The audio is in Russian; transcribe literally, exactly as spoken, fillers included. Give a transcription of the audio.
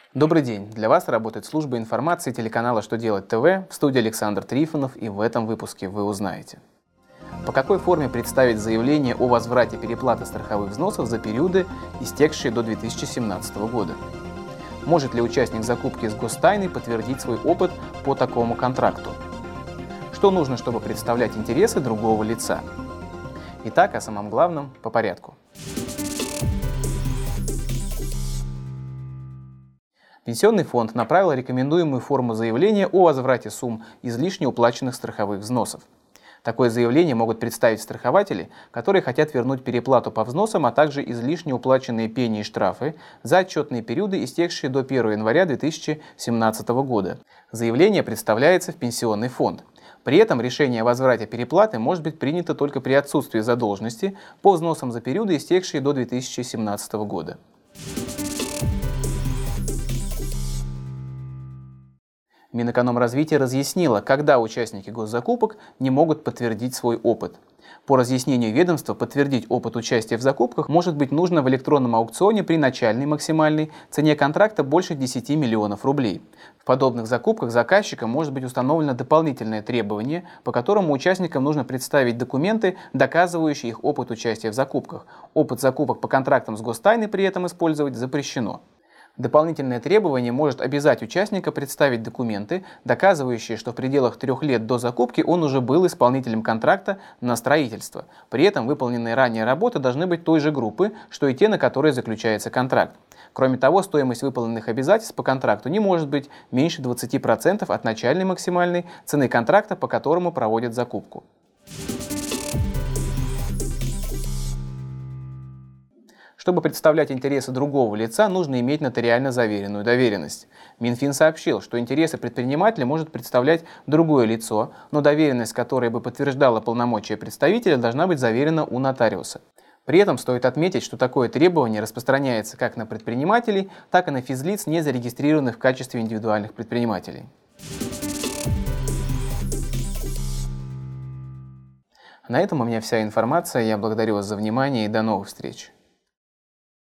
Добрый день! Для вас работает служба информации телеканала «Что делать ТВ», в студии Александр Трифонов, и в этом выпуске вы узнаете: по какой форме представить заявление о возврате переплаты страховых взносов за периоды, истекшие до две тысячи семнадцатого года, может ли участник закупки с гостайной подтвердить свой опыт по такому контракту, что нужно, чтобы представлять интересы другого лица. Итак, о самом главном по порядку. Пенсионный фонд направил рекомендуемую форму заявления о возврате сумм излишне уплаченных страховых взносов. Такое заявление могут представить страхователи, которые хотят вернуть переплату по взносам, а также излишне уплаченные пени и штрафы за отчетные периоды, истекшие до первого января две тысячи семнадцатого года. Заявление представляется в пенсионный фонд. При этом решение о возврате переплаты может быть принято только при отсутствии задолженности по взносам за периоды, истекшие до две тысячи семнадцатого года. Минэкономразвитие разъяснило, когда участники госзакупок не могут подтвердить свой опыт. По разъяснению ведомства, подтвердить опыт участия в закупках может быть нужно в электронном аукционе при начальной максимальной цене контракта больше десяти миллионов рублей. В подобных закупках заказчиком может быть установлено дополнительное требование, по которому участникам нужно представить документы, доказывающие их опыт участия в закупках. Опыт закупок по контрактам с гостайной при этом использовать запрещено. Дополнительное требование может обязать участника представить документы, доказывающие, что в пределах трех лет до закупки он уже был исполнителем контракта на строительство. При этом выполненные ранее работы должны быть той же группы, что и те, на которые заключается контракт. Кроме того, стоимость выполненных обязательств по контракту не может быть меньше двадцати процентов от начальной максимальной цены контракта, по которому проводят закупку. Чтобы представлять интересы другого лица, нужно иметь нотариально заверенную доверенность. Минфин сообщил, что интересы предпринимателя может представлять другое лицо, но доверенность, которая бы подтверждала полномочия представителя, должна быть заверена у нотариуса. При этом стоит отметить, что такое требование распространяется как на предпринимателей, так и на физлиц, не зарегистрированных в качестве индивидуальных предпринимателей. На этом у меня вся информация. Я благодарю вас за внимание и до новых встреч.